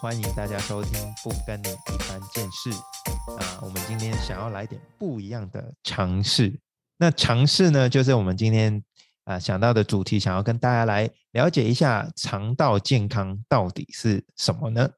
欢迎大家收听不跟你一般见识。我们今天想要来点不一样的尝试。那尝试呢，就是我们今天想到的主题，想要跟大家来了解一下肠道健康到底是什么呢？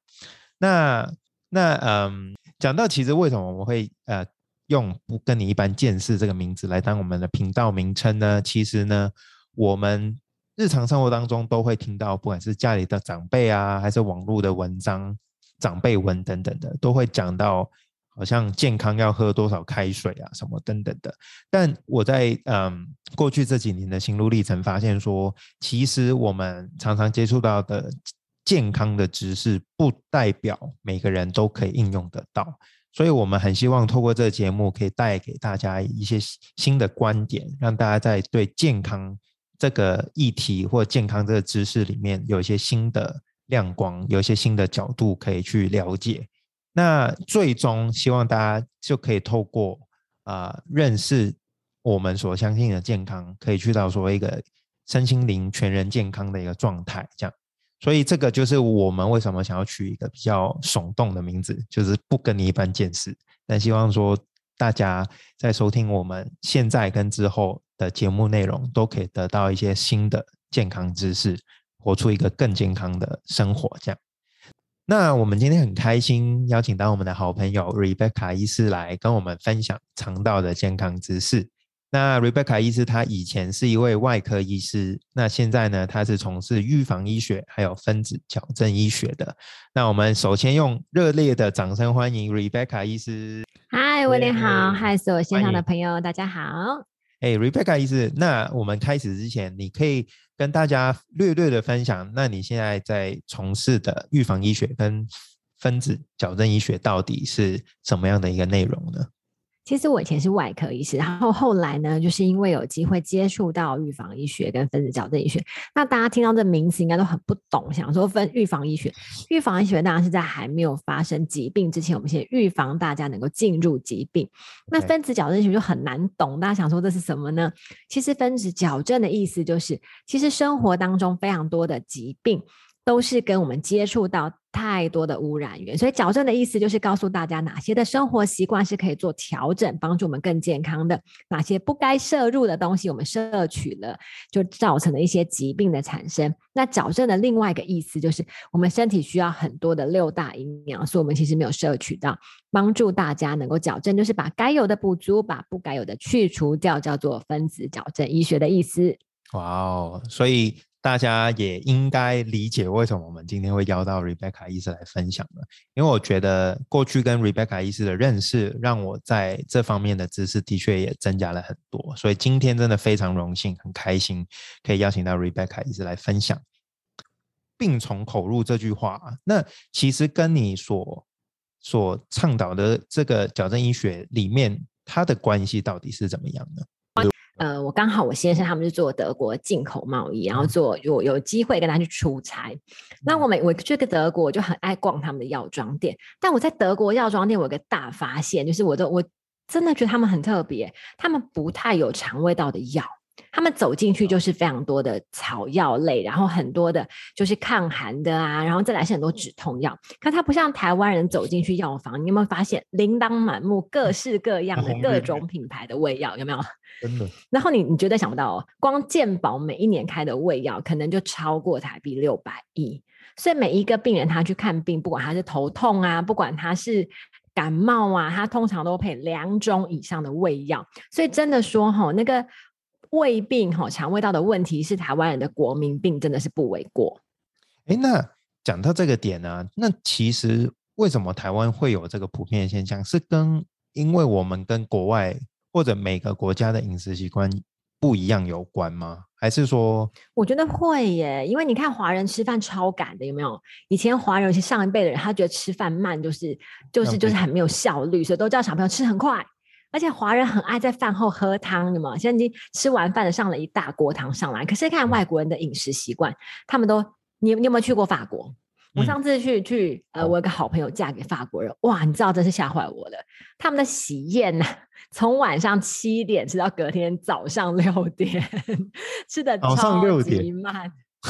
讲到其实为什么我们会用不跟你一般见识这个名字来当我们的频道名称呢？其实呢，我们日常生活当中都会听到，不管是家里的长辈啊，还是网络的文章、长辈文等等的，都会讲到好像健康要喝多少开水啊什么等等的。但我在过去这几年的心路历程发现说，其实我们常常接触到的健康的知识不代表每个人都可以应用得到，所以我们很希望透过这个节目可以带给大家一些新的观点，让大家在对健康这个议题或健康这个知识里面有一些新的亮光，有一些新的角度可以去了解。那最终希望大家就可以透过认识我们所相信的健康，可以去到所谓一个身心灵全人健康的一个状态，这样。所以这个就是我们为什么想要取一个比较耸动的名字，就是不跟你一般见识。但希望说大家在收听我们现在跟之后的节目内容，都可以得到一些新的健康知识，活出一个更健康的生活，这样。那我们今天很开心邀请到我们的好朋友 Rebecca 医师来跟我们分享肠道的健康知识。那 Rebecca 医师她以前是一位外科医师，那现在呢，她是从事预防医学还有分子矫正医学的。那我们首先用热烈的掌声欢迎 Rebecca 医师。 嗨，威廉好，嗨，所有线上的朋友大家好。 Rebecca 医师，那我们开始之前，你可以跟大家略略的分享，那你现在在从事的预防医学跟分子矫正医学到底是什么样的一个内容呢？ 其实我以前是外科医师，然后后来呢，就是因为有机会接触到预防医学跟分子矫正医学，那大家听到这名词应该都很不懂，想说预防医学当然是在还没有发生疾病之前，我们先预防大家能够进入疾病。那分子矫正医学就很难懂，大家想说这是什么呢？其实分子矫正的意思就是，其实生活当中非常多的疾病都是跟我们接触到太多的污染源，所以矫正的意思就是告诉大家哪些的生活习惯是可以做调整，帮助我们更健康的，哪些不该摄入的东西我们摄取了，就造成了一些疾病的产生。那矫正的另外一个意思就是我们身体需要很多的6大营养素，我们其实没有摄取到，帮助大家能够矫正，就是把该有的补足，把不该有的去除掉，叫做分子矫正医学的意思。 哇哦，所以大家也应该理解为什么我们今天会邀到 Rebecca 医师来分享了，因为我觉得过去跟 Rebecca 医师的认识，让我在这方面的知识的确也增加了很多，所以今天真的非常荣幸，很开心可以邀请到 Rebecca 医师来分享病从口入这句话。那其实跟你所倡导的这个矫正医学里面，它的关系到底是怎么样呢？ 我刚好我先生他们是做德国进口贸易，然后有机会跟他去出差。那我去个德国，我就很爱逛他们的药妆店。但我在德国药妆店，我有个大发现，就是我真的觉得他们很特别，他们不太有肠胃道的药。他们走进去就是非常多的草药类，然后很多的就是抗寒的啊，然后再来是很多止痛药。可它不像台湾人走进去药房，你有没有发现琳琅满目、各式各样的各种品牌的胃药？有没有？ 真的。 然后你绝对想不到哦，光健保每一年开的胃药可能就超过台币600亿，所以每一个病人他去看病，不管他是头痛啊，不管他是感冒啊，他通常都配2种以上的胃药。所以真的说那个胃病肠胃道的问题是台湾人的国民病，真的是不为过。 那讲到这个点呢，那其实为什么台湾会有这个普遍的现象，是因为我们跟国外或者每个国家的饮食习惯不一样有关吗？还是说？ 我觉得会耶，因为你看华人吃饭超赶的，有没有？以前华人，尤其上一辈的人，他觉得吃饭慢就是很没有效率，所以都叫小朋友吃很快。而且华人很爱在饭后喝汤，有没有？现在已经吃完饭了，上了一大锅汤上来。可是看外国人的饮食习惯，他们都你有没有去过法国？我上次去我有个好朋友嫁给法国人，哇，你知道真是吓坏我了。他们的喜宴呢，从晚上7点吃到隔天早上6点，吃的超级慢。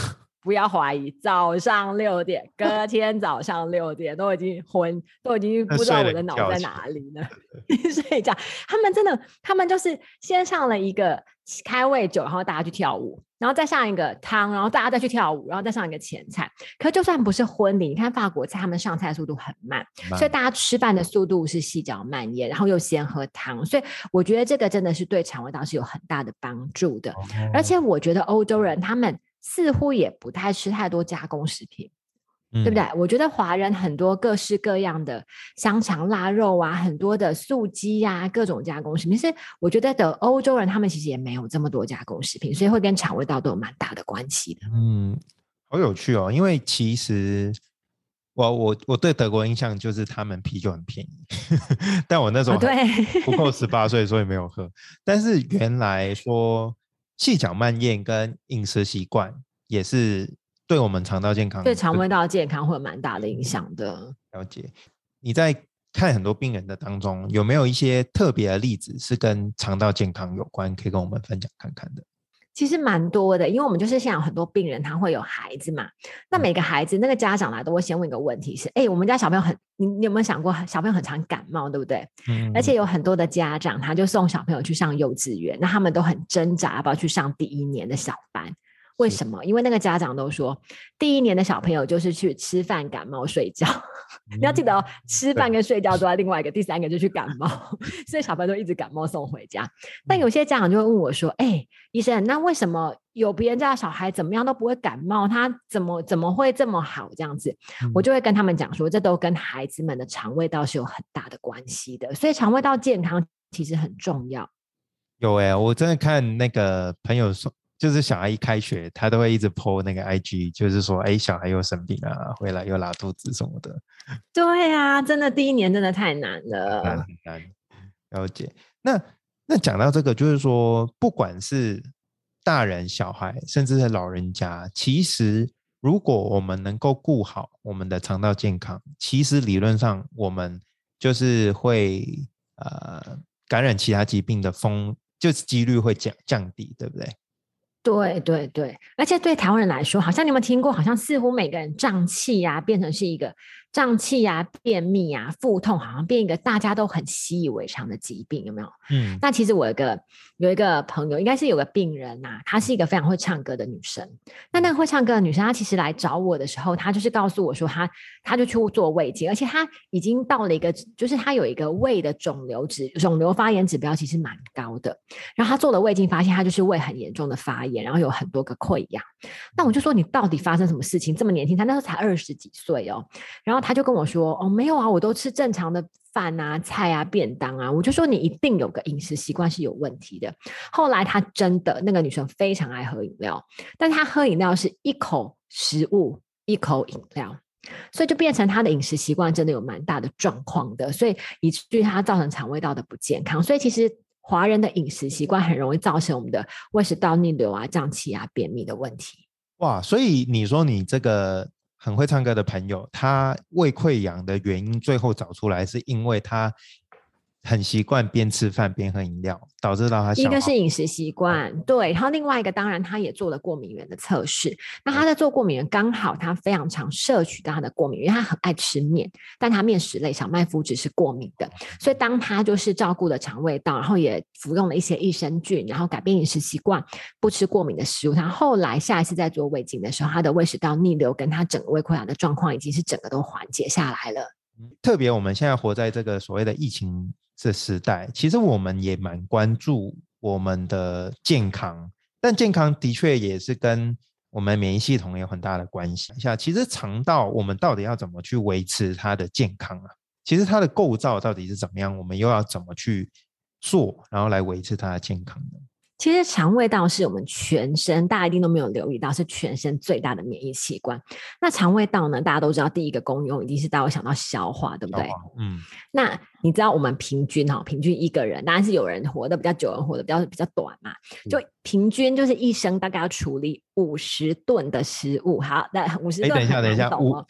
不要怀疑，早上6点，隔天早上6点都已经不知道我的脑在哪里了。睡觉，他们就是先上了一个开胃酒，然后大家去跳舞，然后再上一个汤，然后大家再去跳舞，然后再上一个前菜。可就算不是婚礼，你看法国菜，他们上菜速度很慢，所以大家吃饭的速度是细嚼慢咽，然后又先喝汤，所以我觉得这个真的是对肠胃道是有很大的帮助的。而且我觉得欧洲人他们似乎也不太吃太多加工食品。对不对？我觉得华人很多各式各样的香肠、腊肉啊，很多的素鸡啊，各种加工食品。是我觉得的欧洲人他们其实也没有这么多加工食品，所以会跟肠胃道都有蛮大的关系的。 好有趣哦，因为其实我对德国印象就是他们啤酒很便宜，但我那时候不够18岁，所以没有喝。但是原来说细嚼慢咽跟饮食习惯也是对我们肠道健康、 对肠胃道健康会有蛮大的影响的。 了解。你在看很多病人的当中，有没有一些特别的例子是跟肠道健康有关，可以跟我们分享看看的？ 其实蛮多的，因为我们就是现在有很多病人他会有孩子嘛，那每个孩子那个家长来都会先问一个问题是，我们家小朋友你有没有想过小朋友很常感冒，对不对？而且有很多的家长他就送小朋友去上幼稚园，那他们都很挣扎要不要去上第1年的小班。为什么？因为那个家长都说第1年的小朋友就是去吃饭、感冒、睡觉。你要记得哦，吃饭跟睡觉都在另外一个，第3个就去感冒，所以小朋友都一直感冒送回家。但有些家长就会问我说，医生，那为什么有别人家的小孩怎么样都不会感冒，他怎么会这么好这样子？我就会跟他们讲说，这都跟孩子们的肠胃道是有很大的关系的，所以肠胃道健康其实很重要。 有我真的看那个朋友说，就是小孩一开学他都会一直 po 那个 IG， 就是说小孩又生病啊，回来又拉肚子什么的。 对啊，真的第1年真的太难了， 很难了解。那讲到这个，就是说不管是大人小孩甚至是老人家，其实如果我们能够顾好我们的肠道健康，其实理论上我们就是会感染其他疾病的就是几率会降低，对不对？ 对对对，而且对台湾人来说，好像你有没有听过？好像似乎每个人胀气啊，变成是一个胀气啊、便秘啊、腹痛，好像变一个大家都很习以为常的疾病，有没有？那其实我有一个朋友，应该是有个病人啊，她是一个非常会唱歌的女生。那个会唱歌的女生，她其实来找我的时候，她就是告诉我说，她就去做胃镜，而且她已经到了一个，就是她有一个胃的肿瘤发炎指标，其实蛮高的。然后她做了胃镜，发现她就是胃很严重的发炎，然后有很多个溃疡。那我就说，你到底发生什么事情？这么年轻，她那时候才20几岁哦。然后她就跟我说，没有啊，我都吃正常的饭啊、菜啊、便当啊。我就说你一定有个饮食习惯是有问题的。后来她真的那个女生非常爱喝饮料，但她喝饮料是一口食物一口饮料，所以就变成她的饮食习惯真的有蛮大的状况的，所以以至于她造成肠胃道的不健康。所以其实华人的饮食习惯很容易造成我们的胃食道逆流啊、胀气啊、便秘的问题。 哇，所以你说你这个很会唱歌的朋友，他胃溃疡的原因最后找出来是因为他很习惯边吃饭边喝饮料，导致到他一个是饮食习惯，对，然后另外一个当然他也做了过敏原的测试。那他在做过敏原，刚好他非常常摄取到他的过敏原，因为他很爱吃面，但他面食类小麦麸质是过敏的，所以当他就是照顾了肠胃道，然后也服用了一些益生菌，然后改变饮食习惯，不吃过敏的食物，他后来下一次在做胃镜的时候，他的胃食道逆流跟他整个胃溃疡的状况已经是整个都缓解下来了。 特别我们现在活在这个所谓的疫情这时代，其实我们也蛮关注我们的健康，但健康的确也是跟我们免疫系统有很大的关系。其实肠道我们到底要怎么去维持它的健康啊？其实它的构造到底是怎么样，我们又要怎么去做，然后来维持它的健康呢？ 其实肠胃道是我们全身，大家一定都没有留意到，是全身最大的免疫器官。那肠胃道呢，大家都知道第一个功用一定是大家会想到消化，对不对？那你知道我们平均一个人，当然是有人活得比较久，有人活得比较短嘛，就平均就是一生大概要处理50吨的食物。好，那50吨等一下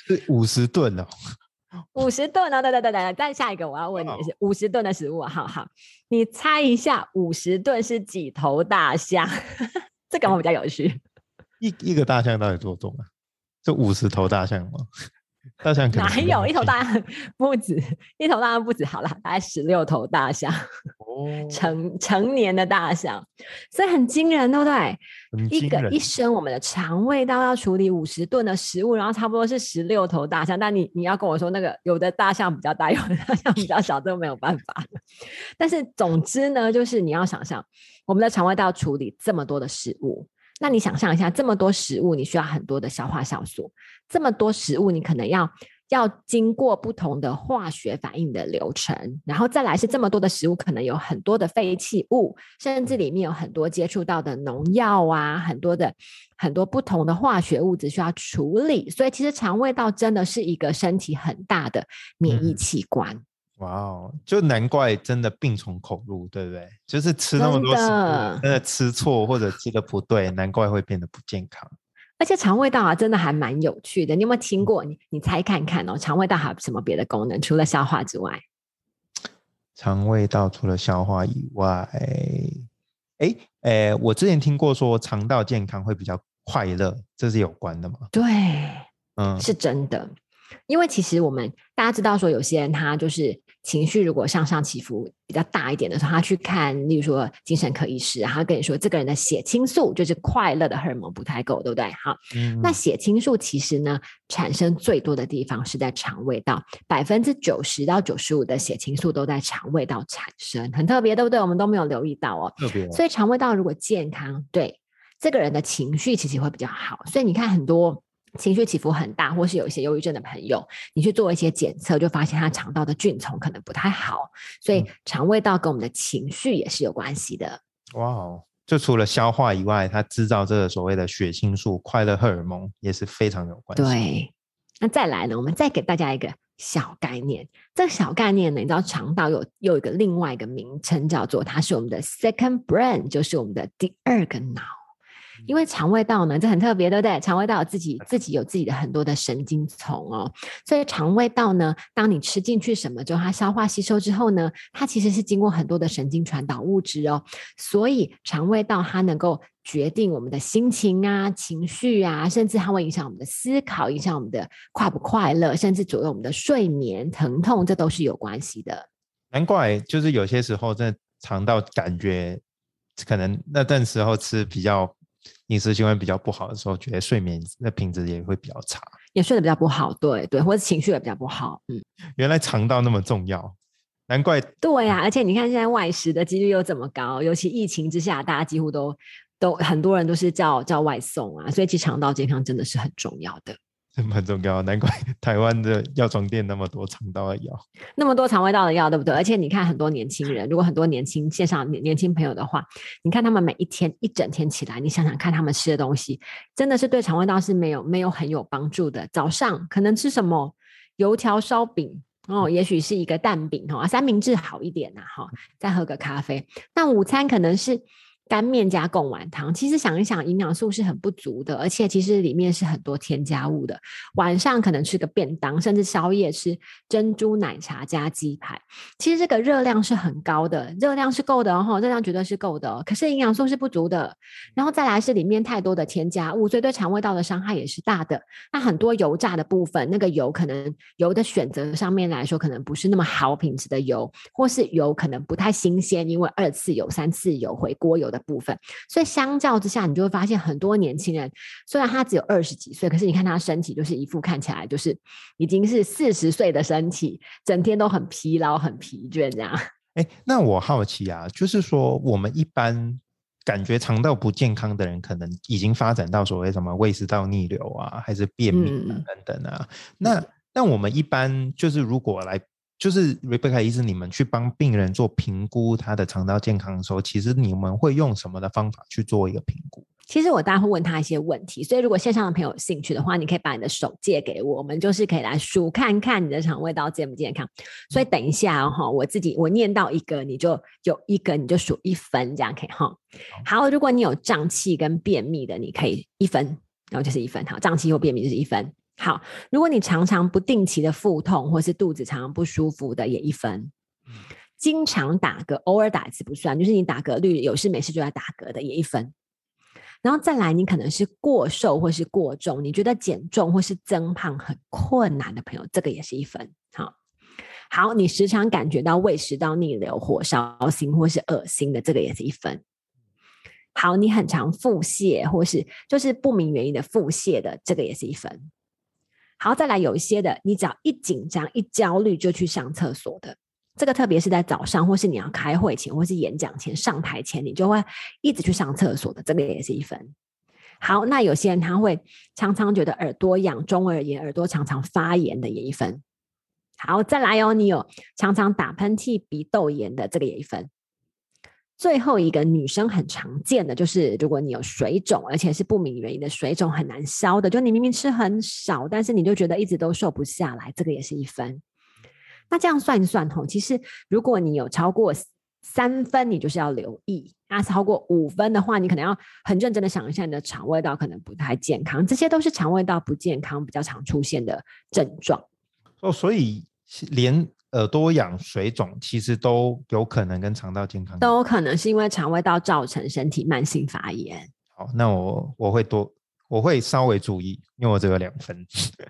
，50吨哦。 50吨哦，对，再下一个我要问你的是50吨的食物，好，你猜一下50吨是几头大象？这个我比较有趣。 一个大象到底多重啊？这50头大象吗？大象可能哪有一头大象不止，一头大象不止，好了，大概16头大象，成年的大象，所以很惊人，对不对？一生我们的肠胃道要处理50吨的食物，然后差不多是16头大象。但你要跟我说那个有的大象比较大，有的大象比较小，这个没有办法的。但是总之呢，就是你要想象我们的肠胃道处理这么多的食物。那你想象一下，这么多食物，你需要很多的消化酵素，这么多食物，你可能要经过不同的化学反应的流程，然后再来是这么多的食物，可能有很多的废弃物，甚至里面有很多接触到的农药啊，很多不同的化学物质需要处理，所以其实肠胃道真的是一个身体很大的免疫器官。 哇哦，就难怪真的病从口入，对不对？就是吃那么多食物，真的吃错或者吃的不对，难怪会变得不健康。 而且肠胃道真的还蛮有趣的，你有没有听过？你猜看看哦，肠胃道还有什么别的功能？除了消化之外， 肠胃道除了消化以外，我之前听过说肠道健康会比较快乐，这是有关的吗？ 对，是真的。因为其实大家知道说，有些人他就是情绪如果向上起伏比较大一点的时候，他去看例如说精神科医师，他跟你说这个人的血清素就是快乐的荷尔蒙不太够，对不对？好，那血清素其实呢产生最多的地方是在肠胃道，90%到95%的血清素都在肠胃道产生，很特别，对不对？我们都没有留意到哦。 特别， 所以肠胃道如果健康，对这个人的情绪其实会比较好。所以你看很多情绪起伏很大，或是有一些忧郁症的朋友，你去做一些检测，就发现他肠道的菌丛可能不太好，所以肠胃道跟我们的情绪也是有关系的。 哇哦，就除了消化以外，它制造这个所谓的血清素、快乐荷尔蒙也是非常有关系。 对，那再来呢，我们再给大家一个小概念。这个小概念呢，你知道肠道又有一个另外一个名称，叫做它是我们的 second brain， 就是我们的第二个脑。因为肠胃道呢，这很特别，对不对？肠胃道有自己有自己的很多的神经丛哦，所以肠胃道呢，当你吃进去什么之后，它消化吸收之后呢，它其实是经过很多的神经传导物质哦，所以肠胃道它能够决定我们的心情啊、情绪啊，甚至它会影响我们的思考，影响我们的快不快乐，甚至左右我们的睡眠、疼痛，这都是有关系的。 难怪就是有些时候真的肠道感觉可能那段时候吃比较饮食习惯比较不好的时候，觉得睡眠的品质也会比较差， 也睡得比较不好，对对，或者情绪也比较不好。 原来肠道那么重要，难怪。 对啊，而且你看现在外食的几率又这么高，尤其疫情之下，大家几乎都很多人都是叫外送啊，所以其实肠道健康真的是很重要的。 很重要，难怪台湾的药妆店那么多肠道的药， 那么多肠胃道的药，对不对？而且你看很多年轻人，如果很多线上年轻朋友的话，你看他们每一天一整天起来，你想想看他们吃的东西，真的是对肠胃道是没有很有帮助的。早上可能吃什么油条烧饼哦，也许是一个蛋饼哈，三明治好一点呐哈，再喝个咖啡。那午餐可能是干面加贡丸汤，其实想一想，营养素是很不足的，而且其实里面是很多添加物的。晚上可能吃个便当，甚至宵夜吃珍珠奶茶加鸡排，其实这个热量是很高的，热量是够的哦，热量绝对是够的哦，可是营养素是不足的。然后再来是里面太多的添加物，所以对肠胃道的伤害也是大的。那很多油炸的部分，那个油可能油的选择上面来说，可能不是那么好品质的油，或是油可能不太新鲜，因为2次油、3次油、回锅油的部分，所以相较之下，你就会发现很多年轻人，虽然他只有20几岁，可是你看他身体就是一副看起来就是已经是40岁的身体，整天都很疲劳、很疲倦这样。 那我好奇啊，就是说我们一般感觉肠道不健康的人，可能已经发展到所谓什么胃食道逆流啊，还是便秘啊等等啊。那我们一般就是如果就是 Rebecca 医师，你们去帮病人做评估他的肠道健康的时候，其实你们会用什么的方法去做一个评估？ 其实我当然会问他一些问题，所以如果线上的朋友有兴趣的话，你可以把你的手借给我，我们就是可以来数看看你的肠胃道健不健康。所以等一下我念到一个，你就有一个你就数1分，这样可以哈。好，如果你有胀气跟便秘的，你可以1分，然后就是1分。好，胀气或便秘就是1分。好，如果你常常不定期的腹痛，或是肚子常常不舒服的，也1分。经常打嗝，偶尔打一次不算，就是你打嗝率有事没事就在打嗝的，也1分。 然后再来你可能是过瘦或是过重，你觉得减重或是增胖很困难的朋友，这个也是1分。好，你时常感觉到胃食道逆流、火烧心或是恶心的，这个也是1分。好，你很常腹泻或是就是不明原因的腹泻的，这个也是1分。好，再来有一些的，你只要一紧张一焦虑就去上厕所的，这个特别是在早上或是你要开会前或是演讲前上台前，你就会一直去上厕所的，这个也是1分。好，那有些人他会常常觉得耳朵痒、中耳炎、耳朵常常发炎的也1分。好，再来哦，你有常常打喷嚏、鼻窦炎的，这个也1分。最后一个女生很常见的就是如果你有水肿，而且是不明原因的水肿很难消的，就你明明吃很少，但是你就觉得一直都瘦不下来，这个也是1分。那这样算一算其实如果你有超过3分，你就是要留意，那超过5分的话，你可能要很认真的想一下你的肠胃道可能不太健康，这些都是肠胃道不健康比较常出现的症状。 所以连耳朵痒、水肿其实都有可能跟肠道健康都有可能是因为肠胃道造成身体慢性发炎。 好，那我会稍微注意，因为我只有2分。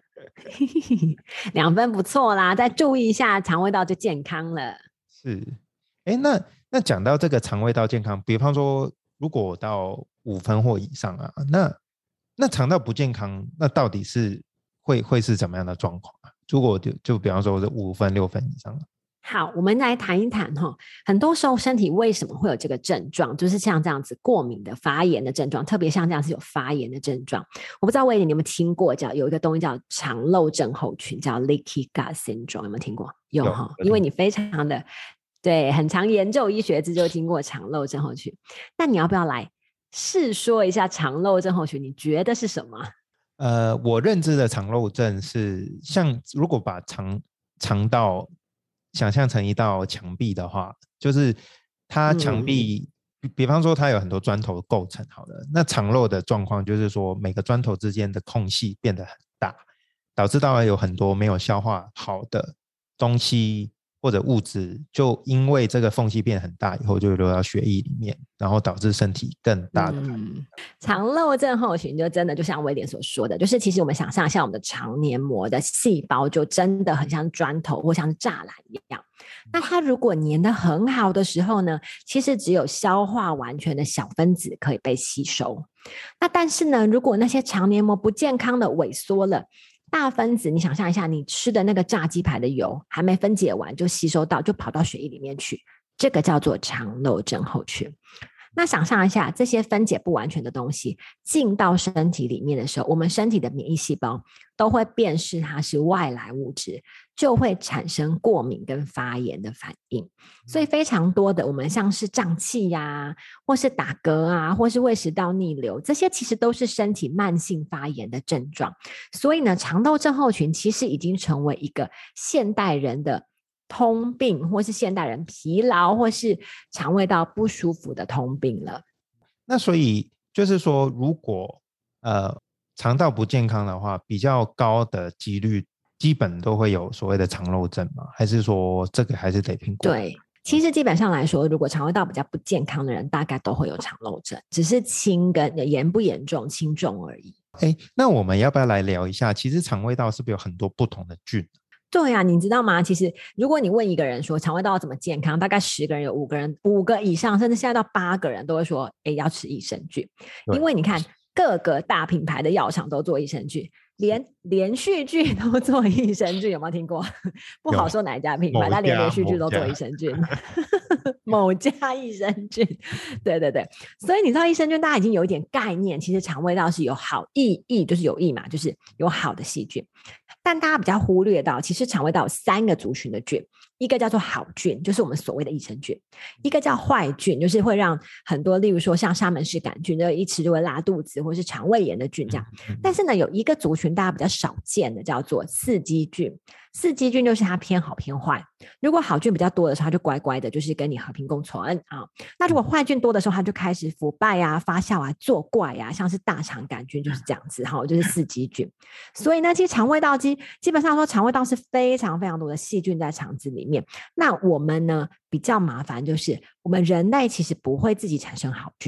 2分不错啦，再注意一下肠胃道就健康了。 是，那讲到这个肠胃道健康，比方说如果我到5分或以上啊，那肠道不健康，那到底是会是怎么样的状况啊？如果就比方说是5分、6分以上。 好，我们来谈一谈很多时候身体为什么会有这个症状，就是像这样子过敏的发炎的症状，特别像这样是有发炎的症状。我不知道威廉你有没有听过有一个东西叫肠漏症候群，叫 Leaky Gut Syndrome， 有没有听过？有因为你非常的对很常研究医学就听过肠漏症候群。那你要不要来试说一下肠漏症候群你觉得是什么？ 我认知的肠漏症是像如果把肠道想象成一道墙壁的话，就是它墙壁比方说它有很多砖头构成好了，那肠漏的状况就是说每个砖头之间的空隙变得很大，导致到有很多没有消化好的东西或者物质，就因为这个缝隙变很大以后就流到血液里面，然后导致身体更大的肠漏症候群就真的就像威廉所说的，就是其实我们想象像我们的肠黏膜的细胞就真的很像砖头或像栅栏一样，那它如果粘得很好的时候呢，其实只有消化完全的小分子可以被吸收。那但是呢，如果那些肠黏膜不健康的萎缩了，大分子你想象一下，你吃的那个炸鸡排的油还没分解完就吸收到，就跑到血液里面去，这个叫做肠漏症候群。那想象一下，这些分解不完全的东西进到身体里面的时候，我们身体的免疫细胞都会辨识它是外来物质，就会产生过敏跟发炎的反应。所以非常多的我们像是胀气呀，或是打嗝啊，或是胃食道逆流，这些其实都是身体慢性发炎的症状。所以呢，肠漏症候群其实已经成为一个现代人的通病，或是现代人疲劳或是肠胃道不舒服的通病了。 那所以就是说如果肠道不健康的话，比较高的几率基本都会有所谓的肠漏症吗？还是说这个还是得评估？ 对，其实基本上来说，如果肠胃道比较不健康的人大概都会有肠漏症，只是轻跟严不严重轻重而已。 那我们要不要来聊一下，其实肠胃道是不是有很多不同的菌？ 对啊，你知道吗？其实如果你问一个人说肠胃道怎么健康，大概10个人有5个以上，甚至现在到8个人都会说要吃益生菌。因为你看各个大品牌的药厂都做益生菌，连续剧都做益生菌，有没有听过？不好说哪一家品牌，但连续剧都做益生菌。某家益生菌，对对对，所以你知道益生菌大家已经有一点概念，其实肠胃道是有好益，就是有益嘛，就是有好的细菌，但大家比较忽略到，其实肠胃道有3个族群的菌，一个叫做好菌，就是我们所谓的益生菌；一个叫坏菌，就是会让很多，例如说像沙门氏杆菌，就一吃就会拉肚子或是肠胃炎的菌这样。但是呢，有一个族群大家比较少见的，叫做四基菌。四基菌就是它偏好偏坏，如果好菌比较多的时候，它就乖乖的，就是跟你和平共存啊。那如果坏菌多的时候，它就开始腐败啊、发酵啊、作怪啊，像是大肠杆菌就是这样子哈，就是四基菌。所以呢，其实肠胃道基本上说，肠胃道是非常非常多的细菌在肠子里面。那我们呢比较麻烦，就是我们人类其实不会自己产生好菌。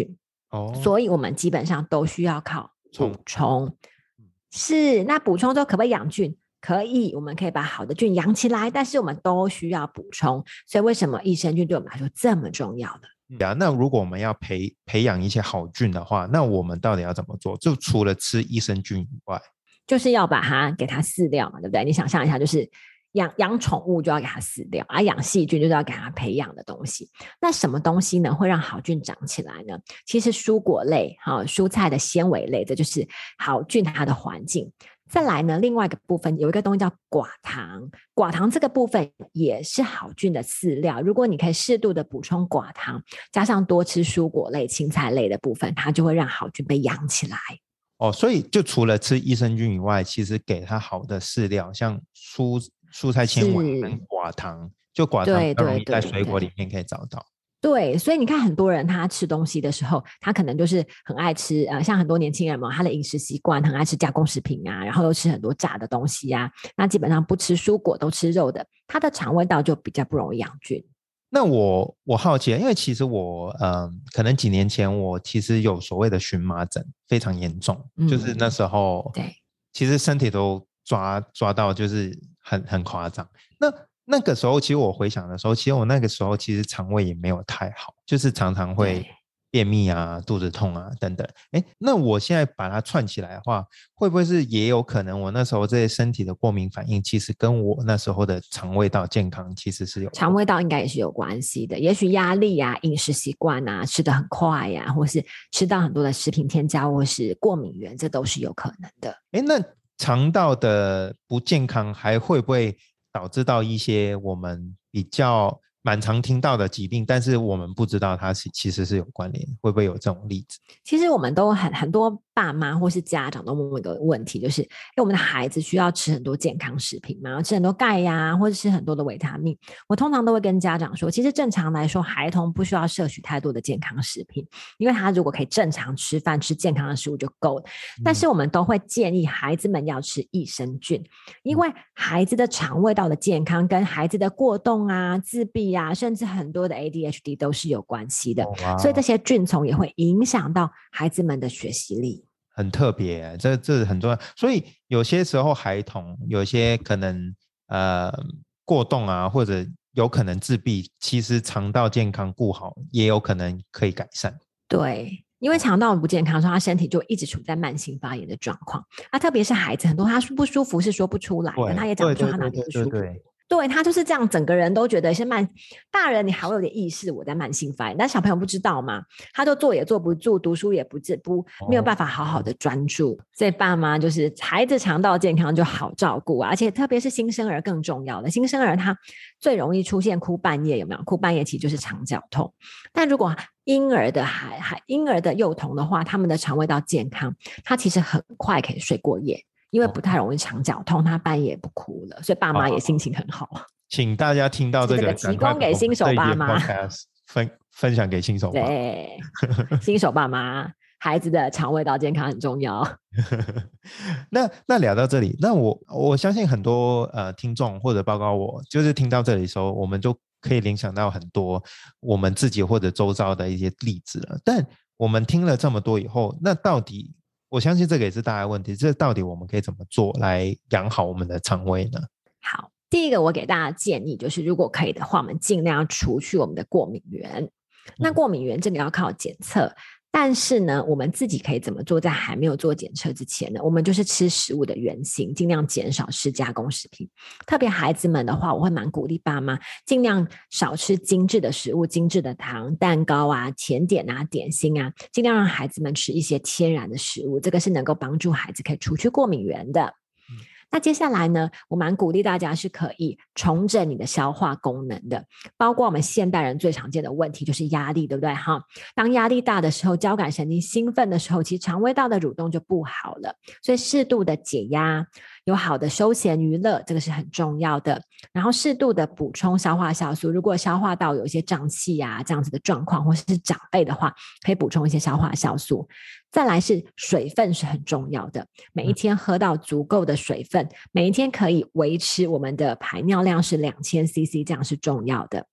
所以我们基本上都需要靠补充。是，那补充之后可不可以养菌？可以，我们可以把好的菌养起来，但是我们都需要补充。所以为什么益生菌对我们来说这么重要的？ 那如果我们要培养一些好菌的话，那我们到底要怎么做？就除了吃益生菌以外， 就是要给它饲料嘛，对不对？你想象一下，就是养宠物就要给它饲料啊，养细菌就是要给它培养的东西。那什么东西呢会让好菌长起来呢？其实蔬果类、蔬菜的纤维类，这就是好菌它的环境。再来呢，另外一个部分有一个东西叫寡糖，寡糖这个部分也是好菌的饲料。如果你可以适度的补充寡糖，加上多吃蔬果类、青菜类的部分，它就会让好菌被养起来。 所以就除了吃益生菌以外，其实给它好的饲料，像蔬菜纤维跟寡糖，就寡糖比较容易在水果里面可以找到。 对，所以你看很多人他吃东西的时候，他可能就是很爱吃像很多年轻人嘛，他的饮食习惯很爱吃加工食品啊，然后又吃很多炸的东西啊，那基本上不吃蔬果都吃肉的，他的肠胃道就比较不容易养菌。 那我好奇，因为其实我可能几年前我其实有所谓的荨麻疹非常严重，就是那时候对， 其实身体都抓到就是很夸张。那个时候其实我回想的时候，其实我那个时候其实肠胃也没有太好，就是常常会便秘啊、肚子痛啊等等。那我现在把它串起来的话，会不会是也有可能我那时候这些身体的过敏反应其实跟我那时候的肠胃道健康其实是有肠胃道应该也是有关系的，也许压力啊、饮食习惯啊、吃得很快啊，或是吃到很多的食品添加或是过敏源，这都是有可能的。 那肠道的不健康还会不会导致到一些我们比较蛮常听到的疾病，但是我们不知道它其实是有关联，会不会有这种例子？ 其实我们都很多爸妈或是家长都问我一个问题，就是我们的孩子需要吃很多健康食品吗？吃很多钙呀，或者吃很多的维他命。我通常都会跟家长说，其实正常来说，孩童不需要摄取太多的健康食品，因为他如果可以正常吃饭、吃健康的食物就够了。但是我们都会建议孩子们要吃益生菌，因为孩子的肠胃道的健康跟孩子的过动啊、自闭啊，甚至很多的 ADHD 都是有关系的。所以这些菌丛也会影响到孩子们的学习力。 很特别，这很重要。所以有些时候孩童有些可能过动啊，或者有可能自闭，其实肠道健康顾好也有可能可以改善。 对，因为肠道不健康的时候，他身体就一直处在慢性发炎的状况。特别是孩子，很多他不舒服是说不出来的，他也讲不出他哪里不舒服。对，他就是这样，整个人都觉得是大人你还会有点意识我在慢性发炎，但小朋友不知道嘛，他就坐也坐不住，读书也没有办法好好的专注。所以爸妈就是孩子肠道健康就好照顾而且特别是新生儿更重要的，新生儿他最容易出现哭半夜，有没有？哭半夜其实就是肠绞痛。但如果婴儿的幼童的话，他们的肠胃道健康，他其实很快可以睡过夜。因为不太容易肠绞痛，他半夜不哭了，所以爸妈也心情很好。 请大家听到这个提供给新手爸妈， 分享给新手爸妈。 对，新手爸妈，孩子的肠胃道健康很重要。 那聊到这里，那我相信很多听众或者包括我，就是听到这里的时候，我们就可以联想到很多我们自己或者周遭的一些例子了。但我们听了这么多以后，那到底我相信这个也是大家的问题，这到底我们可以怎么做来养好我们的肠胃呢？ 好，第一个我给大家建议就是，如果可以的话，我们尽量除去我们的过敏源。那过敏源这个要靠检测，但是呢，我们自己可以怎么做？在还没有做检测之前呢，我们就是吃食物的原型，尽量减少吃加工食品。特别孩子们的话，我会蛮鼓励爸妈尽量少吃精致的食物，精致的糖、蛋糕啊、甜点啊、点心啊，尽量让孩子们吃一些天然的食物，这个是能够帮助孩子可以除去过敏源的。那接下来呢，我蛮鼓励大家是可以重整你的消化功能的，包括我们现代人最常见的问题就是压力，对不对？当压力大的时候，交感神经兴奋的时候，其实肠胃道的蠕动就不好了，所以适度的解压，有好的休闲娱乐，这个是很重要的。然后适度的补充消化酵素，如果消化道有一些胀气啊这样子的状况，或是长辈的话，可以补充一些消化酵素。再来是水分是很重要的，每一天喝到足够的水分，每一天可以维持我们的排尿量是2000 cc， 这样是重要的。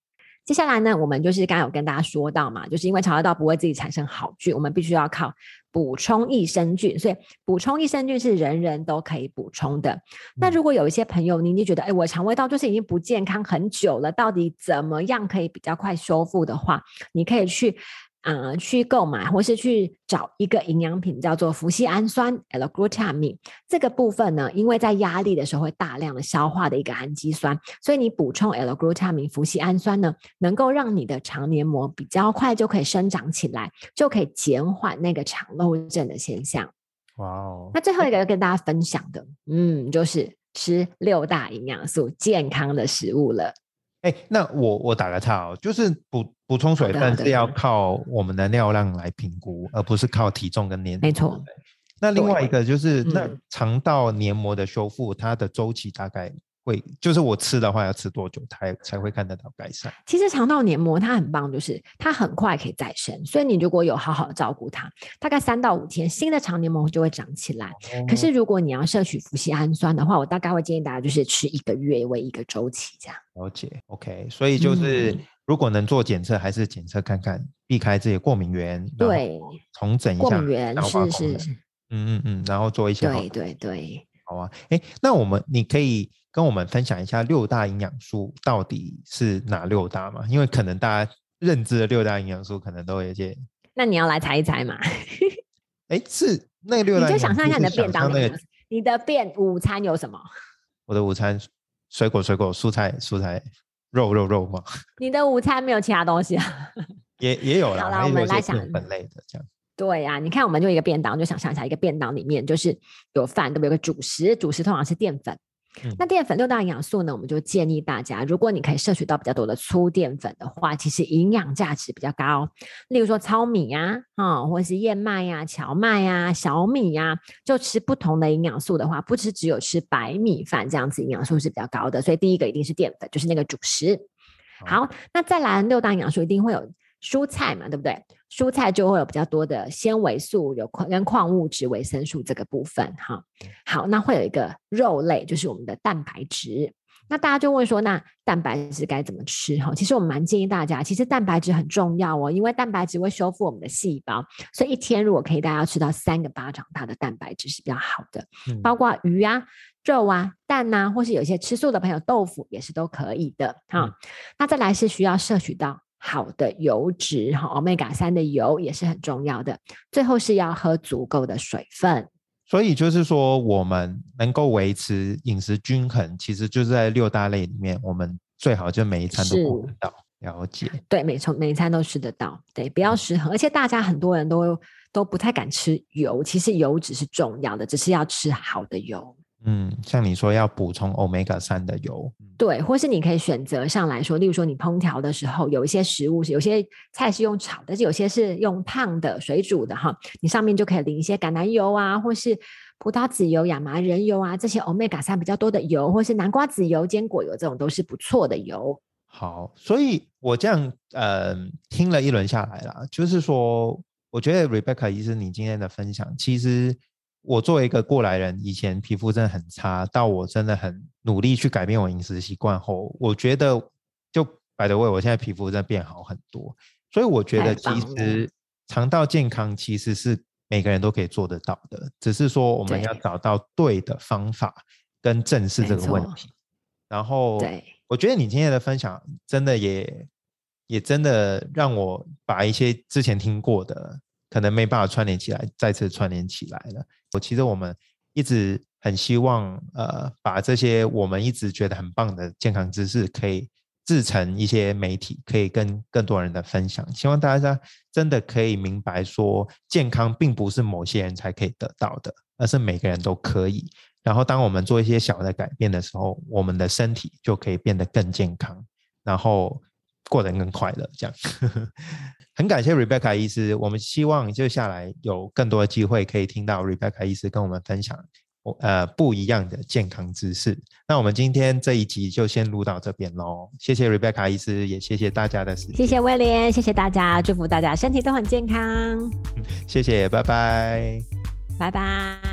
接下来呢，我们就是刚刚有跟大家说到嘛，就是因为肠胃道不会自己产生好菌，我们必须要靠补充益生菌，所以补充益生菌是人人都可以补充的。那如果有一些朋友你觉得我肠胃道就是已经不健康很久了，到底怎么样可以比较快修复的话，你可以去购买或是去找一个营养品叫做麩酰氨酸 L-glutamine。 这个部分呢，因为在压力的时候会大量的消化的一个氨基酸，所以你补充 L-glutamine 麩酰氨酸呢，能够让你的肠黏膜比较快就可以生长起来，就可以减缓那个肠漏症的现象。 哇哦！ 那最后一个要跟大家分享的就是吃6大营养素健康的食物了。 那我打个岔哦，就是补充水分是要靠我们的尿量来评估，而不是靠体重跟年龄。 没错。 那另外一个就是那肠道黏膜的修复，它的周期大概会，就是我吃的话要吃多久才会看得到改善？ 其实肠道黏膜它很棒，就是它很快可以再生，所以你如果有好好的照顾它，大概3到5天新的肠黏膜就会长起来。可是如果你要摄取麩酰氨酸的话，我大概会建议大家就是吃1个月为一个周期这样。 了解 OK， 所以就是如果能做检测还是检测看看，避开这些过敏源， 对， 重整一下过敏源是然后做一些对好啊。那你可以跟我们分享一下6大营养素到底是哪6大吗？因为可能大家认知的6大营养素可能都有一些，那你要来猜一猜嘛？ 是那6大营养素， 你就想象一下你的便当里面，你的午餐有什么？ 我的午餐水果蔬菜肉吗？ 你的午餐没有其他东西啊？ 也有啦。 好啦，我们来想分类的这样。 对啊，你看我们就一个便当，就想象一下，一个便当里面就是有饭，对不对？有个主食通常是淀粉。那淀粉6大营养素呢，我们就建议大家，如果你可以摄取到比较多的粗淀粉的话，其实营养价值比较高。例如说糙米或者是燕麦荞麦小米就吃不同的营养素的话，不只有吃白米饭这样子，营养素是比较高的。所以第一个一定是淀粉，就是那个主食。好，那再来6大营养素一定会有蔬菜嘛，对不对？蔬菜就会有比较多的纤维素，有跟矿物质、维生素这个部分。好，那会有一个肉类，就是我们的蛋白质。那大家就问说，那蛋白质该怎么吃？其实我们蛮建议大家，其实蛋白质很重要哦，因为蛋白质会修复我们的细胞，所以一天如果可以，大家要吃到3个巴掌大的蛋白质是比较好的。包括鱼肉蛋或是有些吃素的朋友，豆腐也是都可以的。那再来是需要摄取到好的油脂，Omega 3的油也是很重要的。最后是要喝足够的水分。 所以就是说，我们能够维持饮食均衡，其实就是在6大类里面，我们最好就每一餐都顾得到。了解。 对，没错，每一餐都吃得到。对，不要失衡。而且大家很多人都不太敢吃油，其实油脂是重要的，只是要吃好的油。 像你说要补充 Omega 3的油， 对，或是你可以选择上来说，例如说你烹调的时候，有一些食物有些菜是用炒的，但是有些是用烫的水煮的你上面就可以淋一些橄榄油或是葡萄籽油、亚麻仁油这些 Omega 3比较多的油，或是南瓜籽油、坚果油，这种都是不错的油。 好，所以我这样听了一轮下来啦，就是说我觉得 Rebecca 医师你今天的分享，其实我作为一个过来人，以前皮肤真的很差，到我真的很努力去改变我饮食习惯后，我觉得就by the way，我现在皮肤真的变好很多。所以我觉得其实肠道健康其实是每个人都可以做得到的，只是说我们要找到对的方法跟正视这个问题。然后我觉得你今天的分享真的也真的让我把一些之前听过的可能没办法串联起来再次串联起来了。其实我们一直很希望把这些我们一直觉得很棒的健康知识可以制成一些媒体，可以跟更多人的分享。希望大家真的可以明白说，健康并不是某些人才可以得到的，而是每个人都可以。然后当我们做一些小的改变的时候，我们的身体就可以变得更健康，然后过得更快乐这样。很感谢 Rebecca 医师，我们希望接下来有更多的机会可以听到 Rebecca 医师跟我们分享不一样的健康知识。那我们今天这一集就先录到这边咯，谢谢 Rebecca 医师，也谢谢大家的时间。 谢谢威廉，谢谢大家，祝福大家身体都很健康。 谢谢，拜拜。 拜拜。